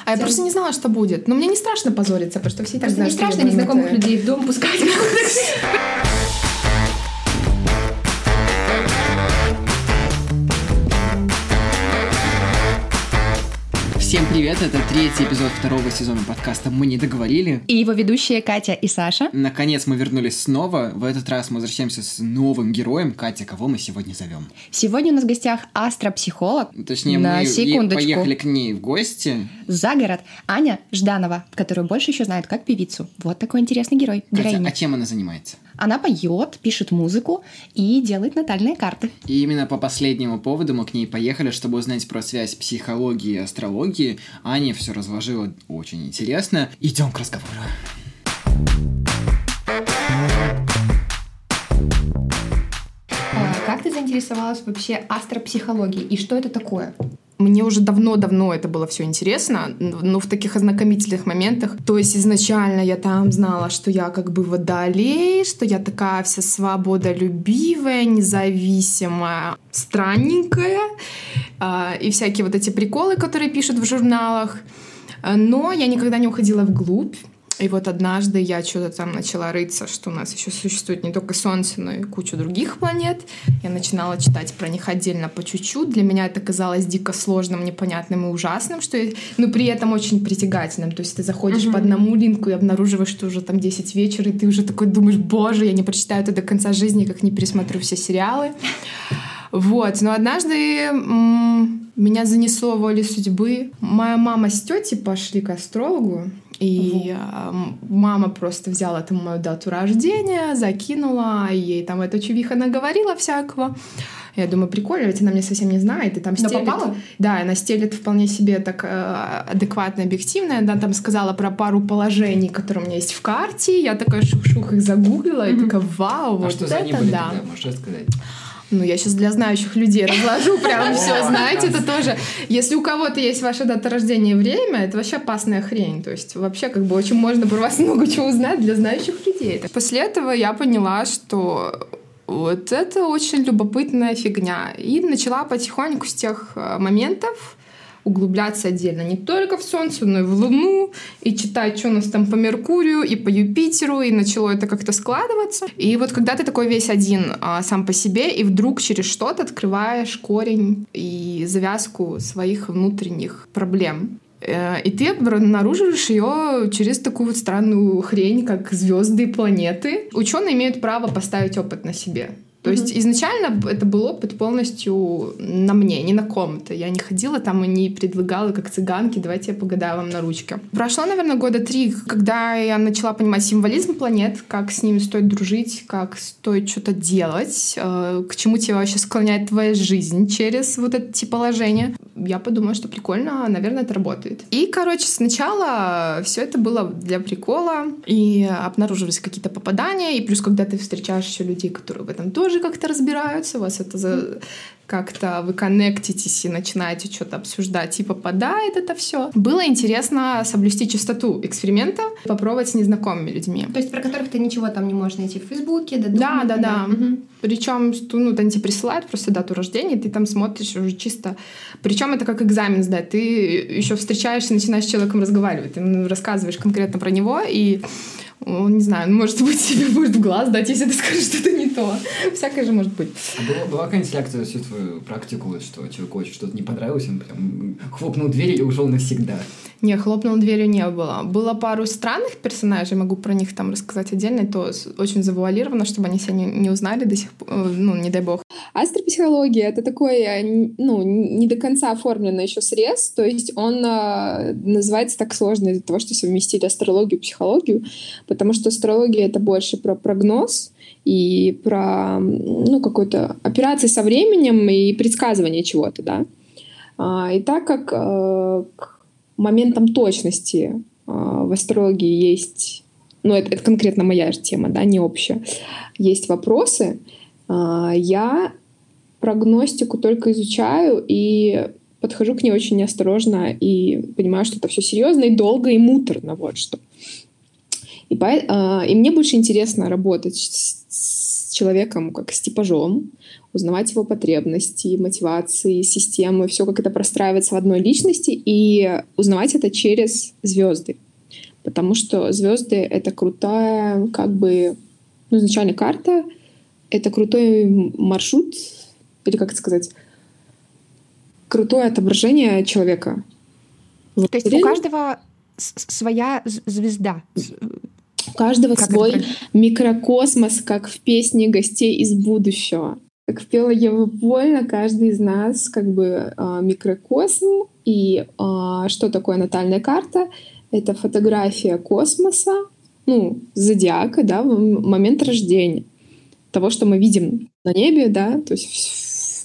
А я просто не знала, что будет. Но мне не страшно позориться, потому что все и так знают, что не страшно незнакомых людей в дом пускать. Всем привет, это третий эпизод второго сезона подкаста «Мы не договорили». И его ведущие Катя и Саша. Наконец мы вернулись снова. В этот раз мы возвращаемся с новым героем. Катя, кого мы сегодня зовем? Сегодня у нас в гостях астропсихолог. Точнее, мы поехали к ней в гости. За город. Аня Жданова, которую больше еще знают как певицу. Вот такой интересный герой. Катя, а чем она занимается? Она поет, пишет музыку и делает натальные карты. И именно по последнему поводу мы к ней поехали, чтобы узнать про связь психологии и астрологии. Аня все разложила очень интересно. Идем к разговору. Как ты заинтересовалась вообще астропсихологией и что это такое? Мне уже давно-давно это было все интересно, но в таких ознакомительных моментах. То есть изначально я там знала, что я как бы водолей, что я такая вся свободолюбивая, независимая, странненькая, и всякие вот эти приколы, которые пишут в журналах. Но я никогда не уходила вглубь. И вот однажды я что-то там начала рыться, что у нас еще существует не только Солнце, но и куча других планет. Я начинала читать про них отдельно по чуть-чуть. Для меня это казалось дико сложным, непонятным и ужасным, но при этом очень притягательным. То есть ты заходишь по одному линку и обнаруживаешь, что уже там 10 вечера, и ты уже такой думаешь: боже, я не прочитаю это до конца жизни, как не пересмотрю все сериалы. Вот. Но однажды меня занесло волей судьбы. Моя мама с тетей пошли к астрологу. И мама просто взяла там мою дату рождения, закинула, и ей там эта чувиха наговорила всякого. Я думаю, прикольно, ведь она меня совсем не знает. И там стелит... попала? Да, она стелит вполне себе так адекватно, объективно. Она там сказала про пару положений, которые у меня есть в карте. Я такая шух-шух их загуглила, и такая: вау, вот что это за они были да. тогда, можешь рассказать? Ну, я сейчас для знающих людей разложу прям все, знаете, это тоже... Если у кого-то есть ваша дата рождения и время, это вообще опасная хрень. То есть вообще как бы очень можно про вас много чего узнать для знающих людей. После этого я поняла, что вот это очень любопытная фигня. И начала потихоньку с тех моментов углубляться отдельно не только в Солнце, но и в Луну, и читать, что у нас там по Меркурию и по Юпитеру, и начало это как-то складываться. И вот когда ты такой весь один сам по себе, и вдруг через что-то открываешь корень и завязку своих внутренних проблем, и ты обнаруживаешь ее через такую вот странную хрень, как звезды и планеты. Ученые имеют право поставить опыт на себе. То есть изначально это был опыт полностью на мне, не на ком-то. Я не ходила там и не предлагала, как цыганки: давайте я погадаю вам на ручке. Прошло, наверное, 3 года, когда я начала понимать символизм планет, как с ними стоит дружить, как стоит что-то делать, к чему тебя вообще склоняет твоя жизнь через вот эти положения. Я подумала, что прикольно, наверное, это работает. И, сначала все это было для прикола, и обнаруживались какие-то попадания, и плюс, когда ты встречаешь еще людей, которые в этом тоже как-то разбираются, у вас это как-то вы коннектитесь и начинаете что-то обсуждать, и попадает это все. Было интересно соблюсти чистоту эксперимента, попробовать с незнакомыми людьми. То есть про которых ты ничего там не можешь найти в Фейсбуке? Да. Причем они тебе присылают просто дату рождения, и ты там смотришь уже чисто. Причем это как экзамен сдать. Ты еще встречаешься, начинаешь с человеком разговаривать, ты рассказываешь конкретно про него, и он, не знаю, может быть, тебе будет в глаз дать, если ты скажешь что-то не то. Всякое же может быть. А была какая-нибудь реакция на всю твою практику, что человеку очень что-то не понравилось, он прям хлопнул дверь и ушел навсегда? Не, хлопнул дверью не было. Было пару странных персонажей, могу про них там рассказать отдельно, то очень завуалировано, чтобы они себя не узнали до сих пор, не дай бог. Астропсихология — это такой, не до конца оформленный еще срез, то есть он называется так сложно из-за того, что совместили астрологию и психологию, потому что астрология — это больше про прогноз и про какой-то операции со временем и предсказывание чего-то, да. И так как к моментам точности в астрологии есть, это конкретно моя же тема, да, не общая, есть вопросы, я прогностику только изучаю и подхожу к ней очень осторожно и понимаю, что это все серьезно и долго и муторно, вот что. И мне больше интересно работать с человеком как с типажом, узнавать его потребности, мотивации, системы, все, как это простраивается в одной личности, и узнавать это через звезды. Потому что звезды — это крутая, как бы, ну, изначально карта, это крутой маршрут, или как это сказать, крутое отображение человека. То есть у каждого своя звезда. У каждого как свой микрокосмос, как в песне «Гостей из будущего». Как пела Ева Польна, каждый из нас как бы микрокосм. И что такое натальная карта? Это фотография космоса, ну, зодиака, да, в момент рождения. Того, что мы видим на небе, да, то есть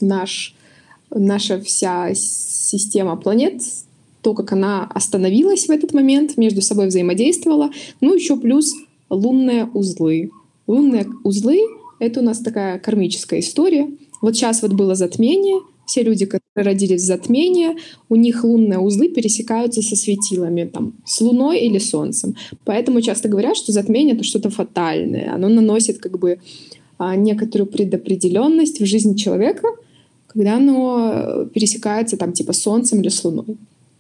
наша вся система планет, то, как она остановилась в этот момент, между собой взаимодействовала. Ну, еще плюс лунные узлы. Лунные узлы — это у нас такая кармическая история. Вот сейчас вот было затмение. Все люди, которые родились в затмении, у них лунные узлы пересекаются со светилами, там, с Луной или Солнцем. Поэтому часто говорят, что затмение — это что-то фатальное. Оно наносит как бы некоторую предопределенность в жизни человека, когда оно пересекается там типа с Солнцем или с Луной.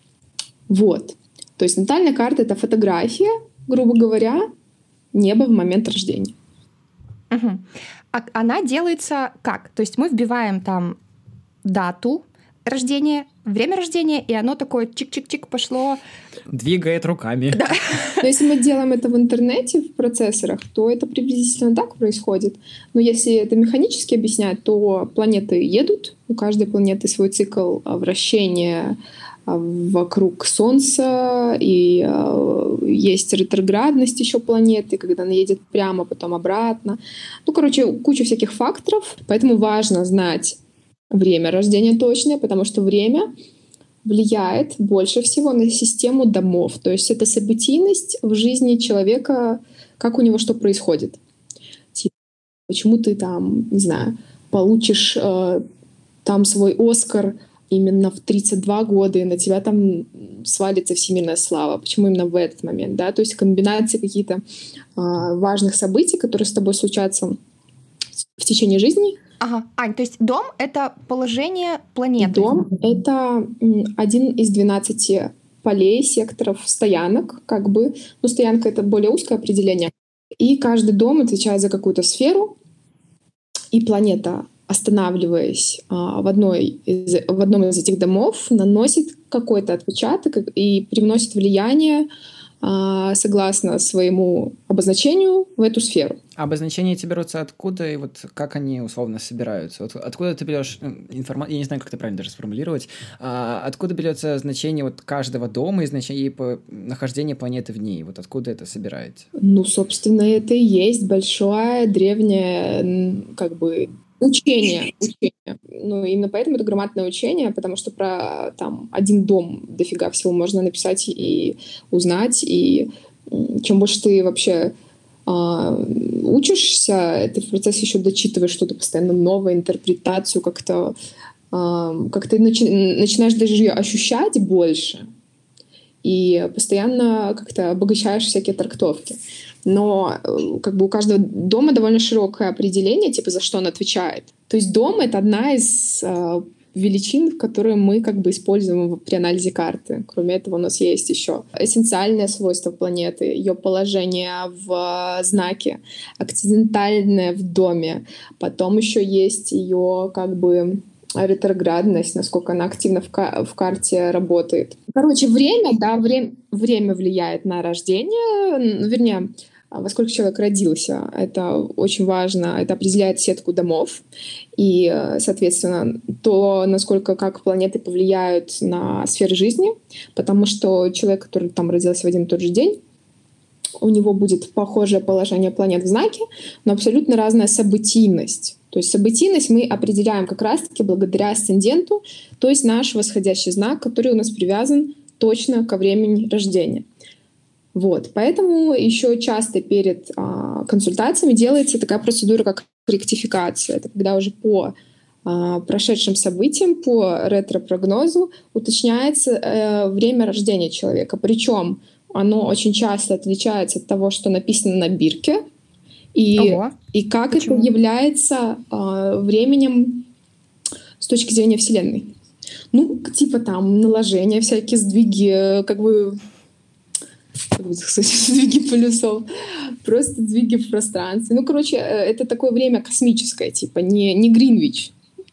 Вот. То есть натальная карта — это фотография, грубо говоря, неба в момент рождения. Угу. А она делается как? То есть мы вбиваем там дату рождения, время рождения, и оно такое чик-чик-чик пошло. Двигает руками. Да. Но если мы делаем это в интернете, в процессорах, то это приблизительно так происходит. Но если это механически объяснять, то планеты едут, у каждой планеты свой цикл вращения вокруг Солнца, и есть ретроградность еще планеты, когда она едет прямо, потом обратно. Ну, короче, куча всяких факторов, поэтому важно знать время рождения точное, потому что время влияет больше всего на систему домов. То есть это событийность в жизни человека, как у него что происходит. Типа, почему ты там, не знаю, получишь там свой Оскар именно в 32 года, и на тебя там свалится всемирная слава. Почему именно в этот момент? Да? То есть комбинации каких-то важных событий, которые с тобой случатся в течение жизни. Ага. Ань, то есть дом — это положение планеты? Дом — это один из 12 полей, секторов, стоянок, как бы. Ну, стоянка — это более узкое определение. И каждый дом отвечает за какую-то сферу, и планета, останавливаясь в одном из этих домов, наносит какой-то отпечаток и привносит влияние согласно своему обозначению в эту сферу. Обозначения эти берутся откуда, и вот как они условно собираются? Вот откуда ты берешь информацию, я не знаю, как это правильно даже сформулировать, откуда берется значение вот каждого дома и значение нахождения планеты в ней? Вот откуда это собирается? Ну, собственно, это и есть большое древнее, как бы, учение. Ну, именно поэтому это грамотное учение, потому что про там один дом дофига всего можно написать и узнать, и чем больше ты вообще учишься, ты в процессе еще дочитываешь что-то постоянно новое, интерпретацию, как-то начинаешь даже ее ощущать больше, и постоянно как-то обогащаешь всякие трактовки. Но как бы у каждого дома довольно широкое определение, типа за что он отвечает. То есть дом — это одна из величин, которые мы как бы используем при анализе карты. Кроме этого у нас есть еще эссенциальные свойства планеты, ее положение в знаке, акцидентальное в доме. Потом еще есть ее как бы ретроградность, насколько она активно в карте работает. Короче, время влияет на рождение, вернее, во сколько человек родился. Это очень важно. Это определяет сетку домов. И, соответственно, то, насколько как планеты повлияют на сферы жизни. Потому что человек, который там родился в один и тот же день, у него будет похожее положение планет в знаке, но абсолютно разная событийность. То есть событийность мы определяем как раз-таки благодаря асценденту, то есть наш восходящий знак, который у нас привязан точно ко времени рождения. Вот. Поэтому еще часто перед консультациями делается такая процедура, как ректификация. Это когда уже по прошедшим событиям, по ретро-прогнозу уточняется время рождения человека. Причем оно очень часто отличается от того, что написано на бирке, И как Почему? Это является временем с точки зрения Вселенной. Ну, типа там наложения, всякие сдвиги, как бы сдвиги полюсов, просто сдвиги в пространстве. Ну, короче, это такое время космическое, типа не Гринвич,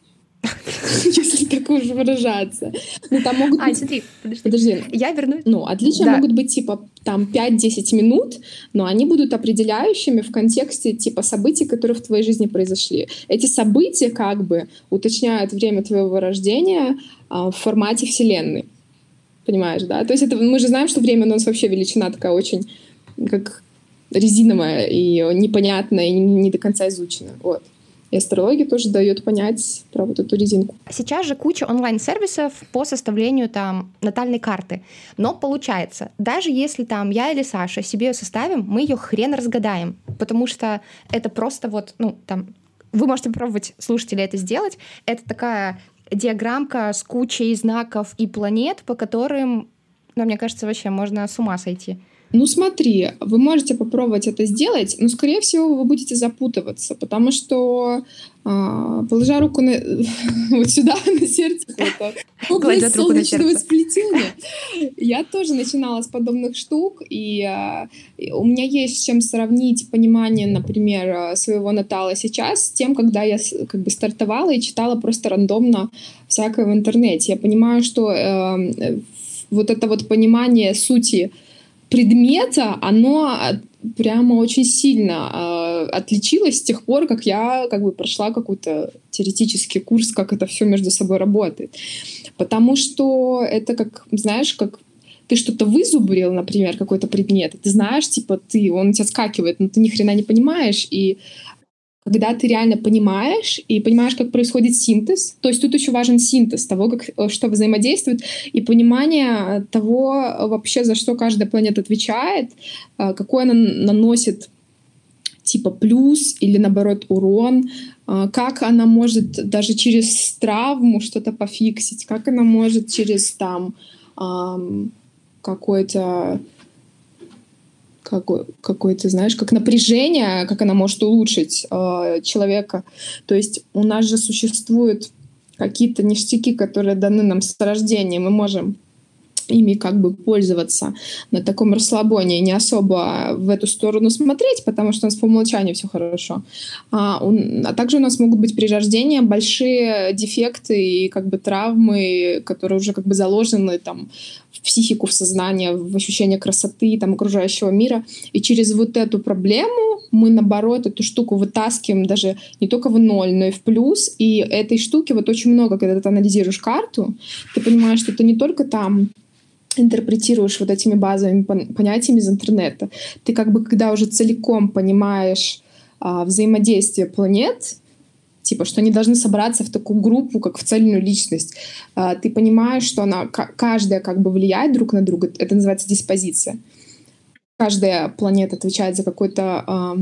если так уж выражаться. Ну, там могут быть... смотри, подожди. Я вернусь. Ну, отличия могут быть, типа, там, 5-10 минут, но они будут определяющими в контексте, типа, событий, которые в твоей жизни произошли. Эти события, как бы, уточняют время твоего рождения в формате Вселенной. Понимаешь, да? То есть это, мы же знаем, что время у нас вообще величина такая очень, как резиновая и непонятная, и не до конца изученная. Вот. И астрология тоже дает понять про вот эту резинку. Сейчас же куча онлайн-сервисов по составлению там натальной карты. Но получается, даже если там я или Саша себе ее составим, мы ее хрен разгадаем. Потому что это просто вот, ну, там, вы можете попробовать, слушатели, это сделать. Это такая диаграммка с кучей знаков и планет, по которым, ну, мне кажется, вообще можно с ума сойти. Ну смотри, вы можете попробовать это сделать, но, скорее всего, вы будете запутываться, потому что, положа руку вот сюда, на сердце, область солнечного сплетения, я тоже начинала с подобных штук, и у меня есть с чем сравнить понимание, например, своего натала сейчас с тем, когда я как бы стартовала и читала просто рандомно всякое в интернете. Я понимаю, что вот это вот понимание сути предмета, оно прямо очень сильно отличилось с тех пор, как я как бы прошла какой-то теоретический курс, как это все между собой работает. Потому что это как, знаешь, как ты что-то вызубрил, например, какой-то предмет, и ты знаешь, типа, он у тебя скакивает, но ты ни хрена не понимаешь, и когда ты реально понимаешь и понимаешь, как происходит синтез, то есть тут еще важен синтез того, что взаимодействует, и понимание того вообще, за что каждая планета отвечает, какой она наносит типа плюс или наоборот урон, как она может даже через травму что-то пофиксить, как она может через там какой-то, знаешь, как напряжение, как она может улучшить человека. То есть у нас же существуют какие-то ништяки, которые даны нам с рождения, мы можем ими как бы пользоваться на таком расслабоне, не особо в эту сторону смотреть, потому что у нас по умолчанию все хорошо. А также у нас могут быть при рождении большие дефекты и как бы травмы, которые уже как бы заложены там в психику, в сознание, в ощущение красоты там, окружающего мира. И через вот эту проблему мы, наоборот, эту штуку вытаскиваем даже не только в ноль, но и в плюс. И этой штуки вот очень много, когда ты анализируешь карту, ты понимаешь, что ты не только там интерпретируешь вот этими базовыми понятиями из интернета. Ты как бы, когда уже целиком понимаешь взаимодействие планет, типа, что они должны собраться в такую группу, как в цельную личность, ты понимаешь, что каждая как бы влияет друг на друга. Это называется диспозиция. Каждая планета отвечает за какой-то...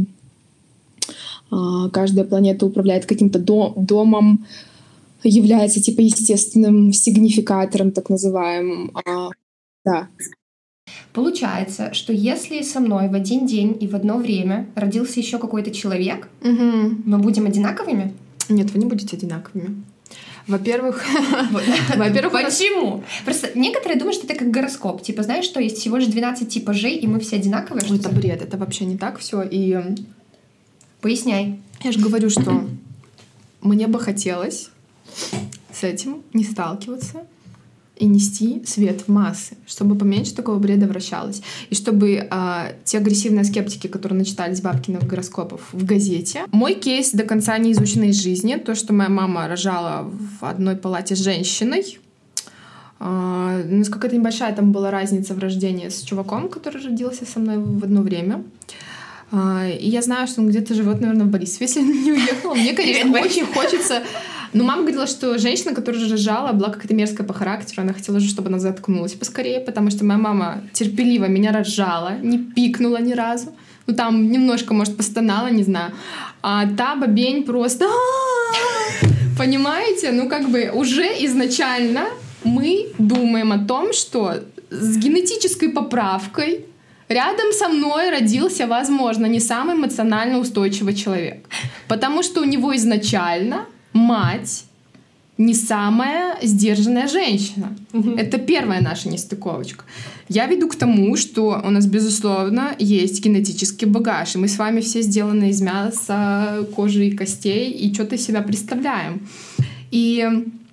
каждая планета управляет каким-то домом, является типа естественным сигнификатором, так называемым. Да. Получается, что если со мной в один день и в одно время родился еще какой-то человек, мы будем одинаковыми? Нет, вы не будете одинаковыми. Во-первых... Почему? Просто некоторые думают, что это как гороскоп. Типа, знаешь, что есть всего лишь 12 типажей, и мы все одинаковые? Это бред, это вообще не так все. И поясняй. Я же говорю, что мне бы хотелось с этим не сталкиваться и нести свет в массы, чтобы поменьше такого бреда вращалось. И чтобы те агрессивные скептики, которые начитались бабкиных гороскопов в газете, мой кейс до конца не изученный из жизни, то, что моя мама рожала в одной палате с женщиной, насколько-то небольшая там была разница в рождении с чуваком, который родился со мной в одно время. И я знаю, что он где-то живет, наверное, в Борисове, если он не уехал. Мне, конечно, очень хочется... Но мама говорила, что женщина, которая рожала, была какая-то мерзкая по характеру. Она хотела же, чтобы она заткнулась поскорее, потому что моя мама терпеливо меня рожала, не пикнула ни разу. Ну, там немножко, может, постонала, не знаю. А та бабень просто... Понимаете? Ну, как бы уже изначально мы думаем о том, что с генетической поправкой Рядом со мной родился, возможно, не самый эмоционально устойчивый человек. Потому что у него изначально мать не самая сдержанная женщина. Это первая наша нестыковочка. Я веду к тому, что у нас, безусловно, есть генетический багаж, и мы с вами все сделаны из мяса, кожи и костей, и что-то из себя представляем. И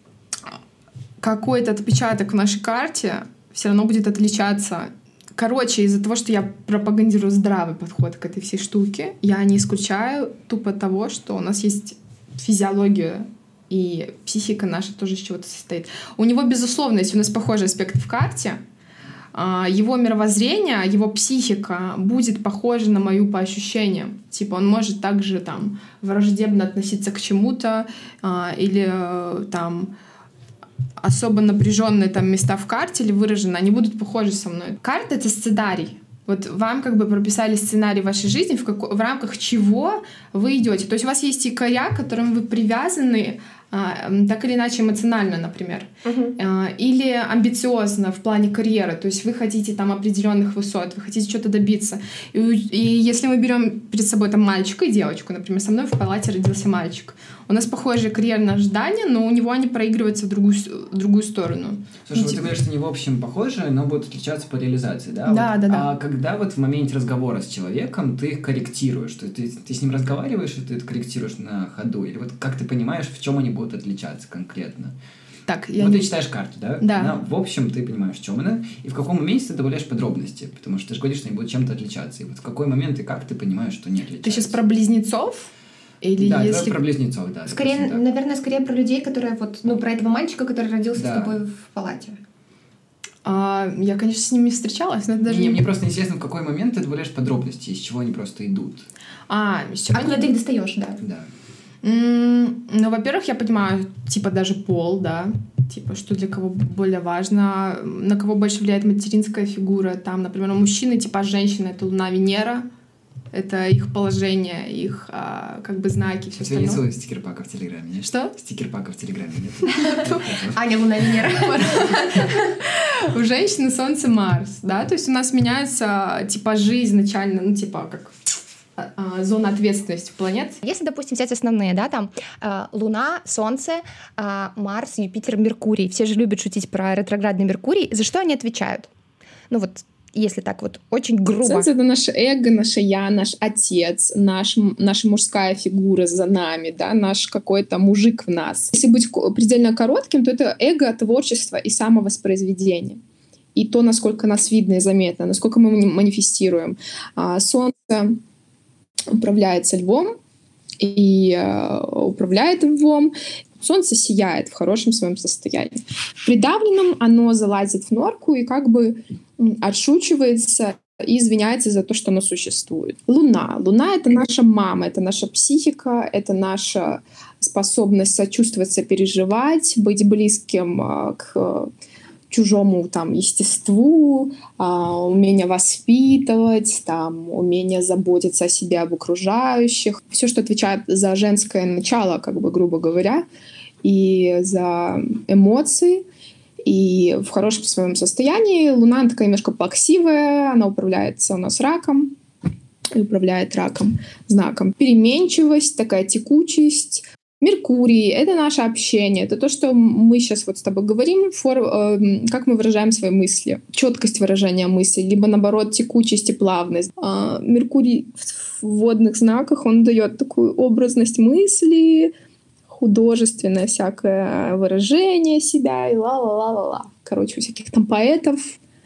какой-то отпечаток в нашей карте все равно будет отличаться. Короче, из-за того, что я пропагандирую здравый подход к этой всей штуке, я не исключаю тупо того, что у нас есть физиология, и психика наша тоже из чего-то состоит. У него, безусловно, если у нас похожий аспект в карте, его мировоззрение, его психика будет похожа на мою по ощущениям. Типа он может также там враждебно относиться к чему-то или там особо напряженные там места в карте или выражены, они будут похожи со мной. Карта — это сценарий. Вот вам как бы прописали сценарий вашей жизни, в рамках чего вы идете. То есть у вас есть якоря, к которым вы привязаны так или иначе эмоционально, например. Или амбициозно в плане карьеры. То есть вы хотите там определенных высот, вы хотите что-то добиться. И если мы берем перед собой там мальчика и девочку, например, со мной в палате родился мальчик. У нас похожие карьерные ожидания, но у него они проигрываются в другую сторону. Слушай, вот ты говоришь, что они в общем похожи, но будут отличаться по реализации, да? Да, вот, да. А когда вот в моменте разговора с человеком ты их корректируешь? То есть ты с ним разговариваешь, и ты это корректируешь на ходу? Или вот как ты понимаешь, в чем они будут отличаться конкретно? Так, ты читаешь карту, да? Да. Она, в общем, ты понимаешь, в чем она, и в каком моменте ты добавляешь подробности, потому что ты же говоришь, что они будут чем-то отличаться. И вот в какой момент и как ты понимаешь, что не отличаются? Ты сейчас про близнецов? Или да, если... про близнецов, да. Скорее, наверное, скорее про людей, которые вот, про этого мальчика, который родился да. с тобой в палате. Я, конечно, с ними встречалась, но это даже... Мне просто интересно, в какой момент ты добавляешь подробности, из чего они просто идут. Когда ты их достаешь, да. Да. Ну, во-первых, я понимаю, типа, даже пол, да, типа, что для кого более важно, на кого больше влияет материнская фигура. Там, например, у мужчины, типа, женщина — это Луна, Венера, это их положение, их, как бы, знаки, все остальное. У тебя нет стикер-пака в Телеграме, нет? Что? Стикер-пака в Телеграме нет? Аня, Луна, Венера. У женщины Солнце, Марс, да, то есть у нас меняются типажи изначально, ну, типа, как зона ответственности планет. Если, допустим, взять основные, да, там Луна, Солнце, Марс, Юпитер, Меркурий. Все же любят шутить про ретроградный Меркурий. За что они отвечают? Ну вот, если так вот очень грубо. Солнце — это наше эго, наше я, наш отец, наша мужская фигура за нами, да, наш какой-то мужик в нас. Если быть предельно коротким, то это эго, творчество и самовоспроизведение. И то, насколько нас видно и заметно, насколько мы манифестируем. Солнце управляется Львом и управляет Львом. Солнце сияет в хорошем своем состоянии. Придавленном оно залазит в норку и как бы отшучивается и извиняется за то, что оно существует. Луна. Луна — это наша мама, это наша психика, это наша способность сочувствовать, сопереживать, быть близким к чужому там естеству, умение воспитывать, там, умение заботиться о себе, об окружающих. Все, что отвечает за женское начало, как бы, грубо говоря, и за эмоции. И в хорошем своем состоянии Луна, она такая немножко плаксивая, она управляется у нас раком, и управляет раком знаком. Переменчивость, такая текучесть. Меркурий — это наше общение, это то, что мы сейчас вот с тобой говорим, как мы выражаем свои мысли, четкость выражения мысли, либо наоборот текучесть и плавность. Меркурий в водных знаках, он дает такую образность мысли, художественное всякое выражение себя и ла-ла-ла-ла-ла. Короче, у всяких там поэтов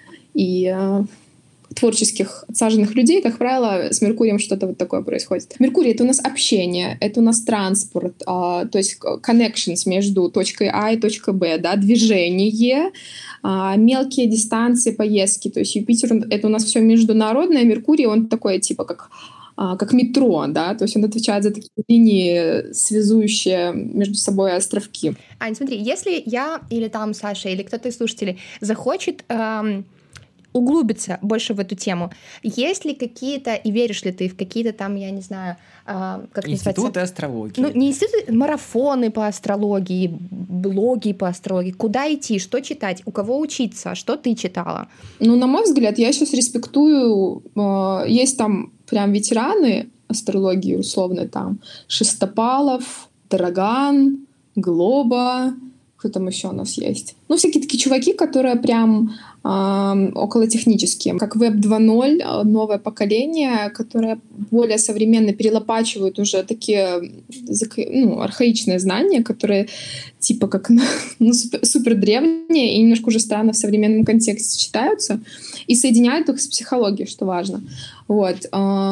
и творческих отсаженных людей, как правило, с Меркурием что-то вот такое происходит. Меркурий — это у нас общение, это у нас транспорт, то есть connections между точкой А и точкой Б, да, движение, мелкие дистанции, поездки. То есть Юпитер — это у нас все международное, Меркурий — он такой типа как метро, да, то есть он отвечает за такие линии, связующие между собой островки. Ань, смотри, если я или там Саша, или кто-то из слушателей захочет углубиться больше в эту тему. Есть ли какие-то, и веришь ли ты в какие-то там, я не знаю, как институты астрологии. Ну, не институты, марафоны по астрологии, блоги по астрологии. Куда идти, что читать, у кого учиться, что ты читала? Ну, на мой взгляд, я сейчас респектую, есть там прям ветераны астрологии, условно, там Шестопалов, Драган, Глоба, кто там еще у нас есть? Ну, всякие такие чуваки, которые прям околотехнические, как Web 2.0, новое поколение, которое более современно перелопачивают уже такие архаичные знания, которые типа как супер древние и немножко уже странно в современном контексте читаются, и соединяют их с психологией, что важно. Вот.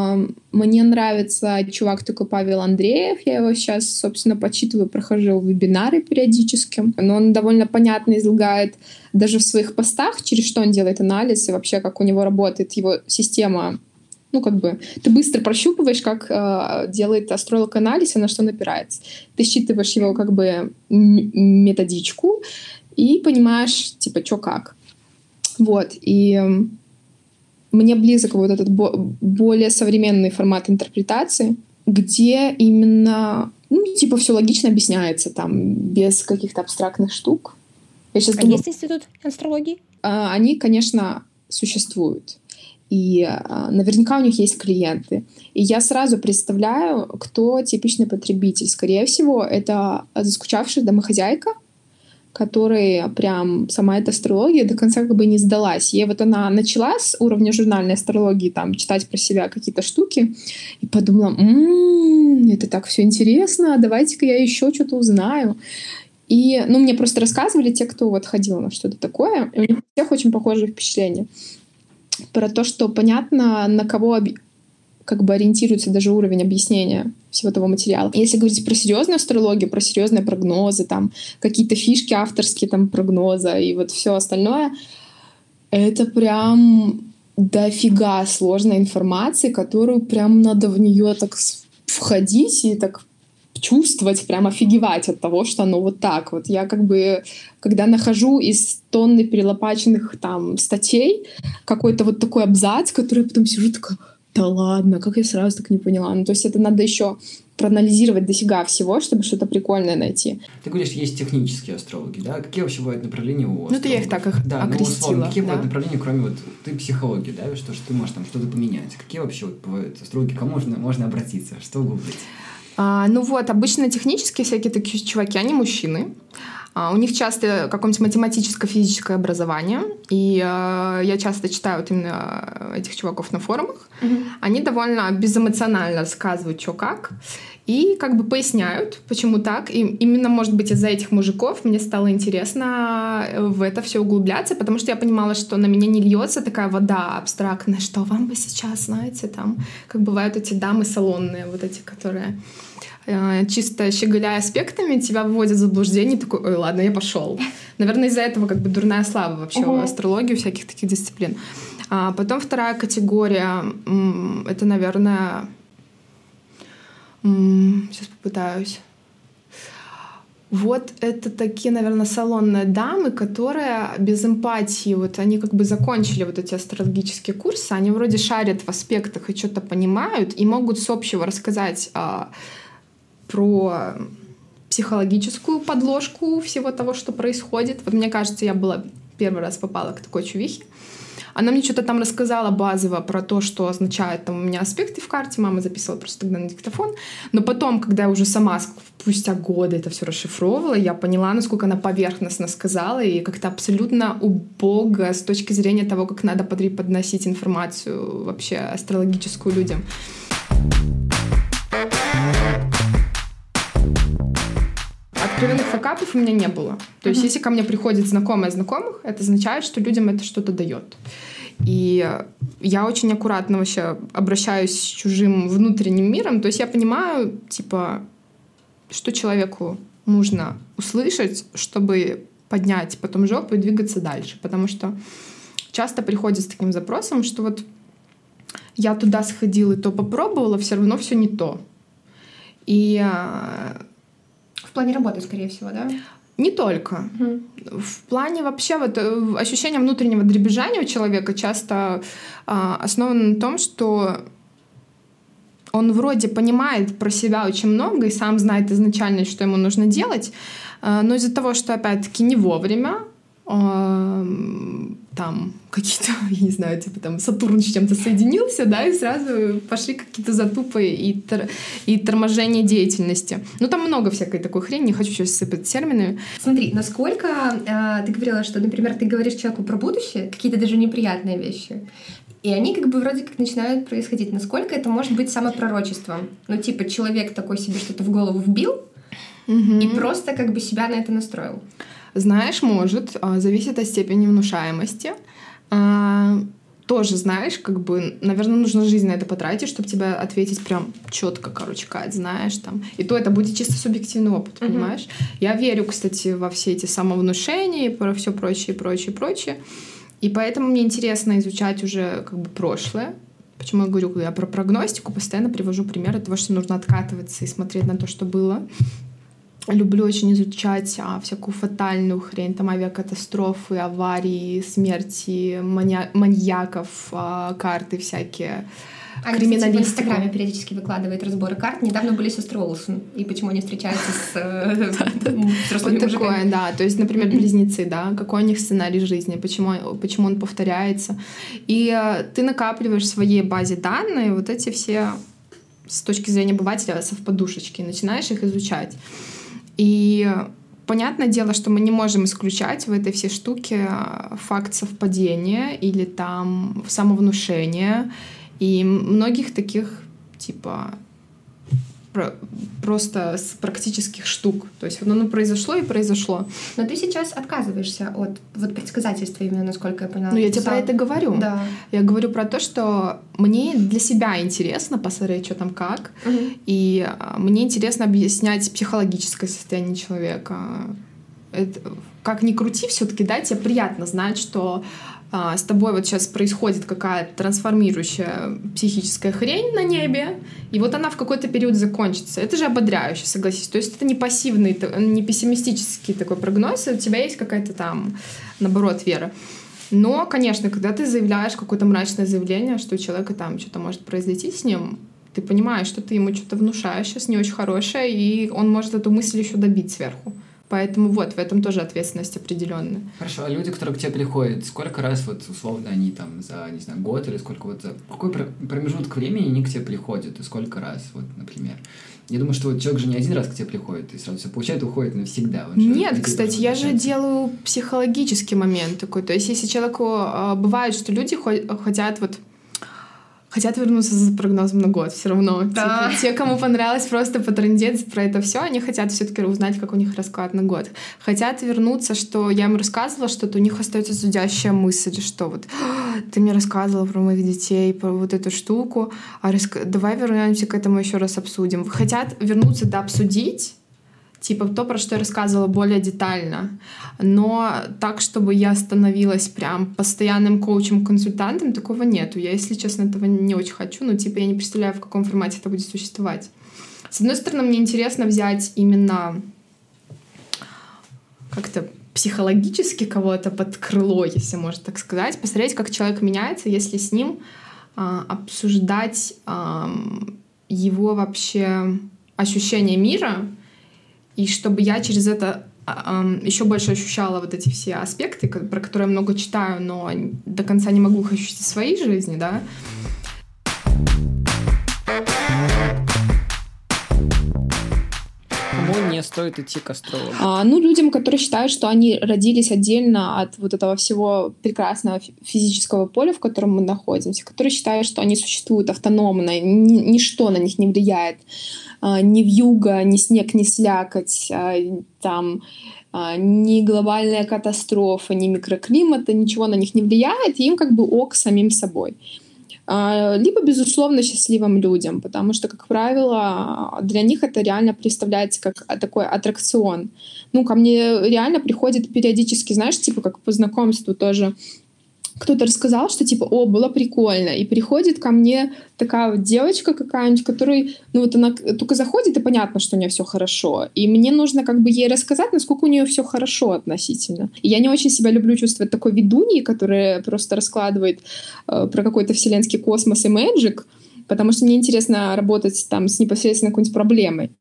Мне нравится чувак такой Павел Андреев, я его сейчас, собственно, почитываю, прохожу вебинары периодически, но он довольно понятно излагает даже в своих постах, через что он делает анализ и вообще как у него работает его система. Ну, как бы, ты быстро прощупываешь, как делает астролог анализ и на что он опирается. Ты считываешь его, как бы, методичку и понимаешь, типа, что как. Вот. И мне близок вот этот более современный формат интерпретации, где именно, типа, все логично объясняется, там, без каких-то абстрактных штук. Я сейчас думаю, есть институт астрологии? Они, конечно, существуют. И наверняка у них есть клиенты. И я сразу представляю, кто типичный потребитель. Скорее всего, это заскучавшая домохозяйка, которой прям сама эта астрология до конца как бы не сдалась. Ей вот она начала с уровня журнальной астрологии там читать про себя какие-то штуки и подумала, это так все интересно, давайте-ка я еще что-то узнаю. И, мне просто рассказывали те, кто вот ходил на что-то такое, и у них у всех очень похожие впечатления про то, что понятно, на кого как бы ориентируется даже уровень объяснения всего того материала. Если говорить про серьезную астрологию, про серьезные прогнозы, там какие-то фишки авторские там прогноза и вот все остальное, это прям дофига сложной информации, которую прям надо в нее так входить и так чувствовать, прям офигевать от того, что оно вот так вот. Я как бы, когда нахожу из тонны перелопаченных там статей какой-то вот такой абзац, который я потом сижу такая, да ладно, как я сразу так не поняла. То есть это надо еще проанализировать дофига всего, чтобы что-то прикольное найти. Ты говоришь, есть технические астрологи, да? Какие вообще бывают направления у астрологов? Ты я их так окрестила. Условно, какие бывают направления, кроме вот ты психологии, да? Что ты можешь там что-то поменять? Какие вообще вот бывают астрологи, к кому можно обратиться? Что гуглить? Обычно технические всякие такие чуваки, они мужчины. У них часто какое-нибудь математическо-физическое образование. И я часто читаю вот именно этих чуваков на форумах. Они довольно безэмоционально рассказывают, что как. И как бы поясняют, почему так. И именно, может быть, из-за этих мужиков мне стало интересно в это все углубляться, потому что я понимала, что на меня не льется такая вода абстрактная, что вам бы сейчас, знаете, там, как бывают эти дамы салонные, вот эти, которые чисто щеголяя аспектами, тебя выводят в заблуждение, и такой, ой, ладно, я пошел. Наверное, из-за этого как бы дурная слава вообще в астрологии, у всяких таких дисциплин. Потом вторая категория, это, наверное, сейчас попытаюсь. Вот это такие, наверное, салонные дамы, которые без эмпатии, вот они как бы закончили вот эти астрологические курсы, они вроде шарят в аспектах и что-то понимают, и могут с общего рассказать про психологическую подложку всего того, что происходит. Вот мне кажется, я первый раз попала к такой чувихе. Она мне что-то там рассказала базово про то, что означают там у меня аспекты в карте. Мама записывала просто тогда на диктофон. Но потом, когда я уже сама спустя годы это все расшифровывала, я поняла, насколько она поверхностно сказала и как-то абсолютно убого с точки зрения того, как надо подносить информацию вообще астрологическую людям. Откровенных факапов у меня не было. То есть, если ко мне приходит знакомая знакомых, это означает, что людям это что-то дает. И я очень аккуратно вообще обращаюсь с чужим внутренним миром. То есть я понимаю, типа, что человеку нужно услышать, чтобы поднять потом жопу и двигаться дальше. Потому что часто приходят с таким запросом, что вот я туда сходила и то попробовала, все равно все не то. И в плане работы, скорее всего, да? Не только. В плане вообще вот ощущение внутреннего дребезжания у человека часто основано на том, что он вроде понимает про себя очень много и сам знает изначально, что ему нужно делать, но из-за того, что, опять-таки, не вовремя, там какие-то, я не знаю, типа там Сатурн с чем-то соединился, да, и сразу пошли какие-то затупы и торможение деятельности. Ну, там много всякой такой хрени, не хочу сейчас сыпать терминами. Смотри, насколько ты говорила, что, например, ты говоришь человеку про будущее, какие-то даже неприятные вещи, и они как бы вроде как начинают происходить. Насколько это может быть самопророчеством? Ну, типа, человек такой себе что-то в голову вбил и просто как бы себя на это настроил. Знаешь, может, зависит от степени внушаемости. Тоже, знаешь, как бы, наверное, нужно жизнь на это потратить, чтобы тебе ответить прям четко, короче, Кать, знаешь, там. И то это будет чисто субъективный опыт, понимаешь? Я верю, кстати, во все эти самовнушения и про все прочее, прочее, прочее. И поэтому мне интересно изучать уже как бы прошлое. Почему я говорю, я про прогностику постоянно привожу примеры того, что нужно откатываться и смотреть на то, что было. Люблю очень изучать всякую фатальную хрень, там авиакатастрофы, аварии, смерти, маньяков, карты всякие, криминалистику. В Инстаграме периодически выкладывает разборы карт. Недавно были сестры Олсен, и почему они встречаются с взрослыми мужиками. Такое, да. То есть, например, близнецы, да, какой у них сценарий жизни, почему он повторяется. И ты накапливаешь в своей базе данные вот эти все, с точки зрения обывателя, совпадушечки, начинаешь их изучать. И понятное дело, что мы не можем исключать в этой всей штуке факт совпадения или там самовнушения. И многих таких, типа, просто с практических штук. То есть оно произошло и произошло. Но ты сейчас отказываешься от вот предсказательства именно, насколько я поняла. Ну, я тебе про это говорю. Да. Я говорю про то, что мне для себя интересно посмотреть, что там как. И мне интересно объяснять психологическое состояние человека. Это, как ни крути, все-таки, да, тебе приятно знать, что с тобой вот сейчас происходит какая-то трансформирующая психическая хрень на небе, и вот она в какой-то период закончится. Это же ободряюще, согласись. То есть это не пассивный, не пессимистический такой прогноз, у тебя есть какая-то там, наоборот, вера. Но, конечно, когда ты заявляешь какое-то мрачное заявление, что у человека там что-то может произойти с ним, ты понимаешь, что ты ему что-то внушаешь сейчас не очень хорошее, и он может эту мысль еще добить сверху. Поэтому вот, в этом тоже ответственность определенная. Хорошо, а люди, которые к тебе приходят, сколько раз вот условно они там за, не знаю, год или сколько вот за какой промежуток времени они к тебе приходят и сколько раз, вот, например? Я думаю, что вот человек же не один раз к тебе приходит и сразу все получает и уходит навсегда. Нет, кстати, я же делаю психологический момент такой. То есть если человеку бывает, что люди хотят вернуться за прогнозом на год все равно. Да. Типа, те, кому понравилось просто потрындеть про это все, они хотят все-таки узнать, как у них расклад на год. Хотят вернуться, что я им рассказывала что-то, у них остается зудящая мысль, что вот ты мне рассказывала про моих детей, про вот эту штуку, давай вернемся к этому еще раз обсудим. Хотят вернуться да обсудить, типа то, про что я рассказывала более детально. Но так, чтобы я становилась прям постоянным коучем-консультантом, такого нету. Я, если честно, этого не очень хочу, но типа я не представляю, в каком формате это будет существовать. С одной стороны, мне интересно взять именно как-то психологически кого-то под крыло, если можно так сказать, посмотреть, как человек меняется, если с ним обсуждать его вообще ощущение мира, и чтобы я через это еще больше ощущала вот эти все аспекты, про которые я много читаю, но до конца не могу их ощутить в своей жизни, да. Кому не стоит идти к астрологу? Людям, которые считают, что они родились отдельно от вот этого всего прекрасного физического поля, в котором мы находимся, которые считают, что они существуют автономно, ничто на них не влияет, ни вьюга, ни снег, ни слякоть, там, ни глобальная катастрофа, ни микроклимата, ничего на них не влияет, и им как бы ок самим собой. Либо, безусловно, счастливым людям, потому что, как правило, для них это реально представляется как такой аттракцион. Ко мне реально приходит периодически, знаешь, типа как по знакомству тоже кто-то рассказал, что типа, о, было прикольно, и приходит ко мне такая вот девочка какая-нибудь, которой, ну вот она только заходит, и понятно, что у нее все хорошо, и мне нужно как бы ей рассказать, насколько у нее все хорошо относительно. И я не очень себя люблю чувствовать такой ведуньей, которая просто раскладывает про какой-то вселенский космос и мэджик, потому что мне интересно работать там с непосредственно какой-нибудь проблемой.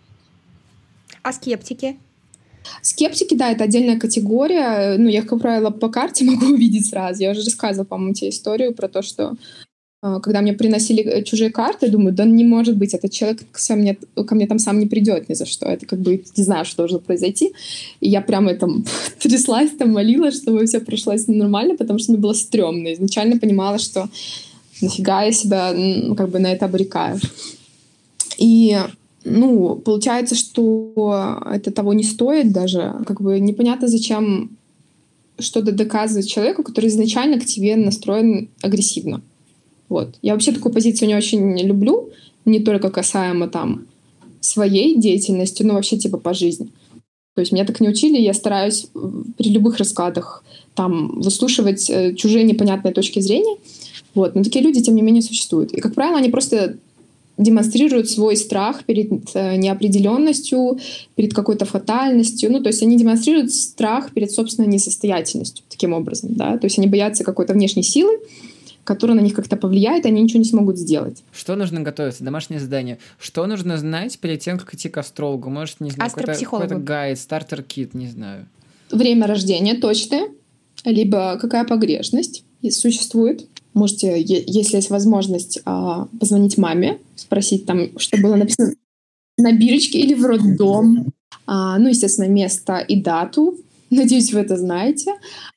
А скептики? Скептики, да, это отдельная категория. Ну, я их, как правило, по карте могу увидеть сразу. Я уже рассказывала, по-моему, тебе историю про то, что когда мне приносили чужие карты, я думаю, да не может быть, этот человек ко мне там сам не придет ни за что. Это как бы не знаю, что должно произойти. И я прямо там тряслась, там молилась, чтобы все прошло нормально, потому что мне было стрёмно. Изначально понимала, что нафига я себя как бы на это обрекаю. И ну, получается, что это того не стоит даже. Как бы непонятно, зачем что-то доказывать человеку, который изначально к тебе настроен агрессивно. Вот. Я вообще такую позицию не очень люблю, не только касаемо там своей деятельности, но вообще типа по жизни. То есть меня так не учили, я стараюсь при любых раскладах там выслушивать чужие непонятные точки зрения. Вот. Но такие люди, тем не менее, существуют. И, как правило, они просто демонстрируют свой страх перед неопределенностью, перед какой-то фатальностью. Ну, то есть они демонстрируют страх перед собственной несостоятельностью таким образом, да. То есть они боятся какой-то внешней силы, которая на них как-то повлияет, и они ничего не смогут сделать. Что нужно готовиться? Домашнее задание. Что нужно знать перед тем, как идти к астрологу? Может, не знаю, какой-то гайд, стартер-кит, не знаю. Время рождения точное, либо какая погрешность существует. Можете, если есть возможность, позвонить маме, спросить там, что было написано на бирочке или в роддом. Ну, естественно, место и дату. Надеюсь, вы это знаете.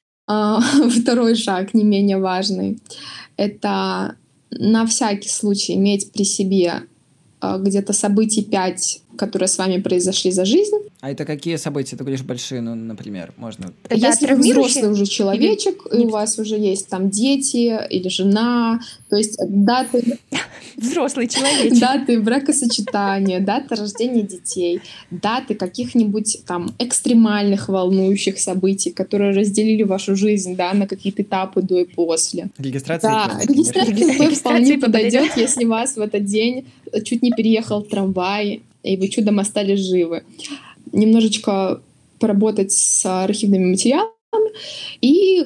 Второй шаг, не менее важный, это на всякий случай иметь при себе где-то событий 5, которые с вами произошли за жизнь. А это какие события? Ты говоришь большие, ну, например, можно... Если вы взрослый уже человечек, и у вас уже есть там дети или жена, то есть даты... Взрослый человечек. Даты бракосочетания, даты рождения детей, даты каких-нибудь там экстремальных волнующих событий, которые разделили вашу жизнь, да, на какие-то этапы до и после. Регистрация? Да, регистрация вполне подойдет, если вас в этот день чуть не переехал трамвай, и вы чудом остались живы. Немножечко поработать с архивными материалами. И,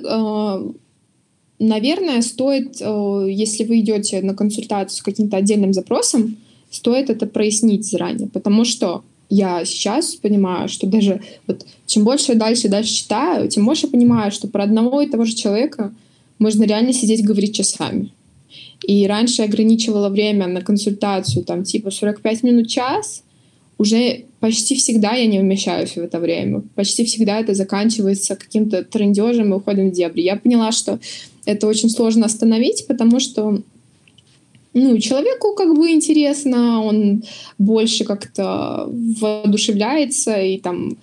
наверное, стоит, если вы идете на консультацию с каким-то отдельным запросом, стоит это прояснить заранее. Потому что я сейчас понимаю, что даже вот, чем больше я дальше читаю, тем больше я понимаю, что про одного и того же человека можно реально сидеть и говорить часами. И раньше я ограничивала время на консультацию там типа 45 минут, час. Уже почти всегда я не вмещаюсь в это время. Почти всегда это заканчивается каким-то трындежем и уходом в дебри. Я поняла, что это очень сложно остановить, потому что человеку как бы интересно, он больше как-то воодушевляется и там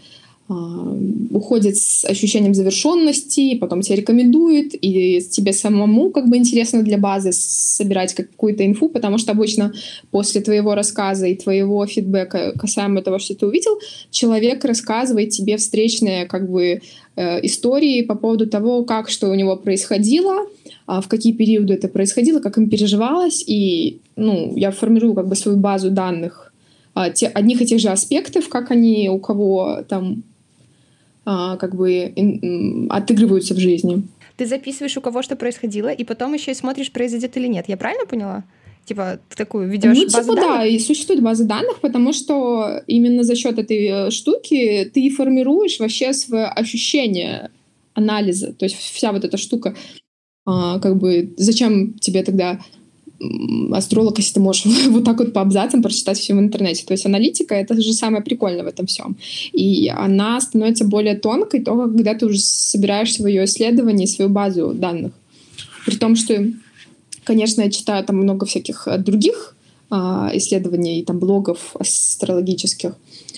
уходит с ощущением завершенности, потом тебя рекомендует, и тебе самому как бы интересно для базы собирать какую-то инфу, потому что обычно после твоего рассказа и твоего фидбэка касаемо того, что ты увидел, человек рассказывает тебе встречные как бы истории по поводу того, как что у него происходило, в какие периоды это происходило, как им переживалось, и я формирую как бы свою базу данных одних и тех же аспектов, как они у кого там как бы отыгрываются в жизни. Ты записываешь, у кого что происходило, и потом еще и смотришь, произойдет или нет. Я правильно поняла? Типа, ты такую ведешь базу данных? Да, и существует база данных, потому что именно за счет этой штуки ты формируешь вообще свое ощущение анализа. То есть вся вот эта штука, как бы, зачем тебе тогда астролог, если ты можешь вот так вот по абзацам прочитать все в интернете. То есть аналитика — это же самое прикольное в этом всем. И она становится более тонкой только когда ты уже собираешь свое исследование, свою базу данных. При том, что, конечно, я читаю там много всяких других исследований, там блогов астрологических,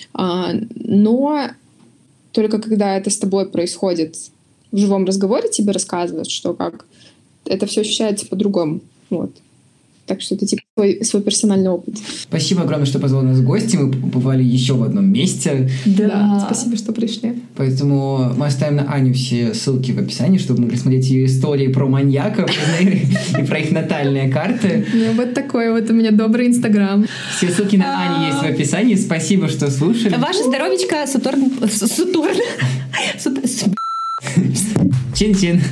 но только когда это с тобой происходит в живом разговоре, тебе рассказывают, что как это все ощущается по-другому. Вот. Так что это типа свой персональный опыт. Спасибо огромное, что позвал нас в гости. Мы побывали еще в одном месте. Да, спасибо, что пришли. Поэтому мы оставим на Аню все ссылки в описании, чтобы могли смотреть ее истории про маньяков и про их натальные карты. Вот такой вот у меня добрый Инстаграм. Все ссылки на Аню есть в описании. Спасибо, что слушали. Ваше здоровечко, Сатурн. Чин-чин.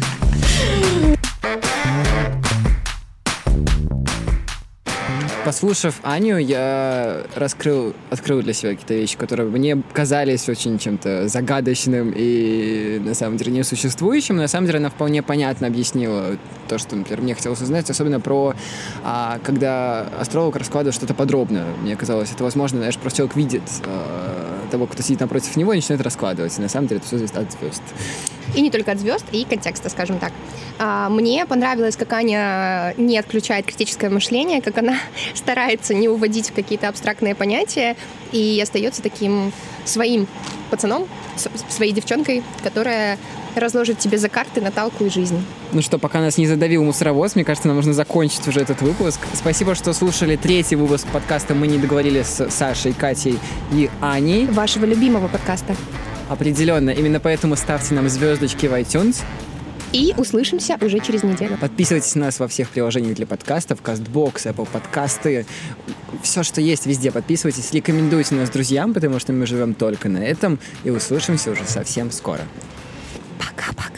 Послушав Аню, я открыл для себя какие-то вещи, которые мне казались очень чем-то загадочным и на самом деле несуществующим. На самом деле она вполне понятно объяснила то, что, например, мне хотелось узнать, особенно про, когда астролог раскладывает что-то подробно. Мне казалось, это возможно, знаешь, просто человек видит того, кто сидит напротив него, и начинает раскладывать. И на самом деле это все зависит от звезд. И не только от звезд, и контекста, скажем так. Мне понравилось, как Аня не отключает критическое мышление, как она старается не уводить в какие-то абстрактные понятия и остается таким своим пацаном, своей девчонкой, которая разложит тебе за карты наталку и жизнь. Ну что, пока нас не задавил мусоровоз, мне кажется, нам нужно закончить уже этот выпуск. Спасибо, что слушали 3-й выпуск подкаста «Мы не договорили» с Сашей, Катей и Аней. Вашего любимого подкаста. Определенно. Именно поэтому ставьте нам звездочки в iTunes. И услышимся уже через неделю. Подписывайтесь на нас во всех приложениях для подкастов. CastBox, Apple подкасты. Все, что есть, везде подписывайтесь. Рекомендуйте нас друзьям, потому что мы живем только на этом. И услышимся уже совсем скоро. Пока-пока.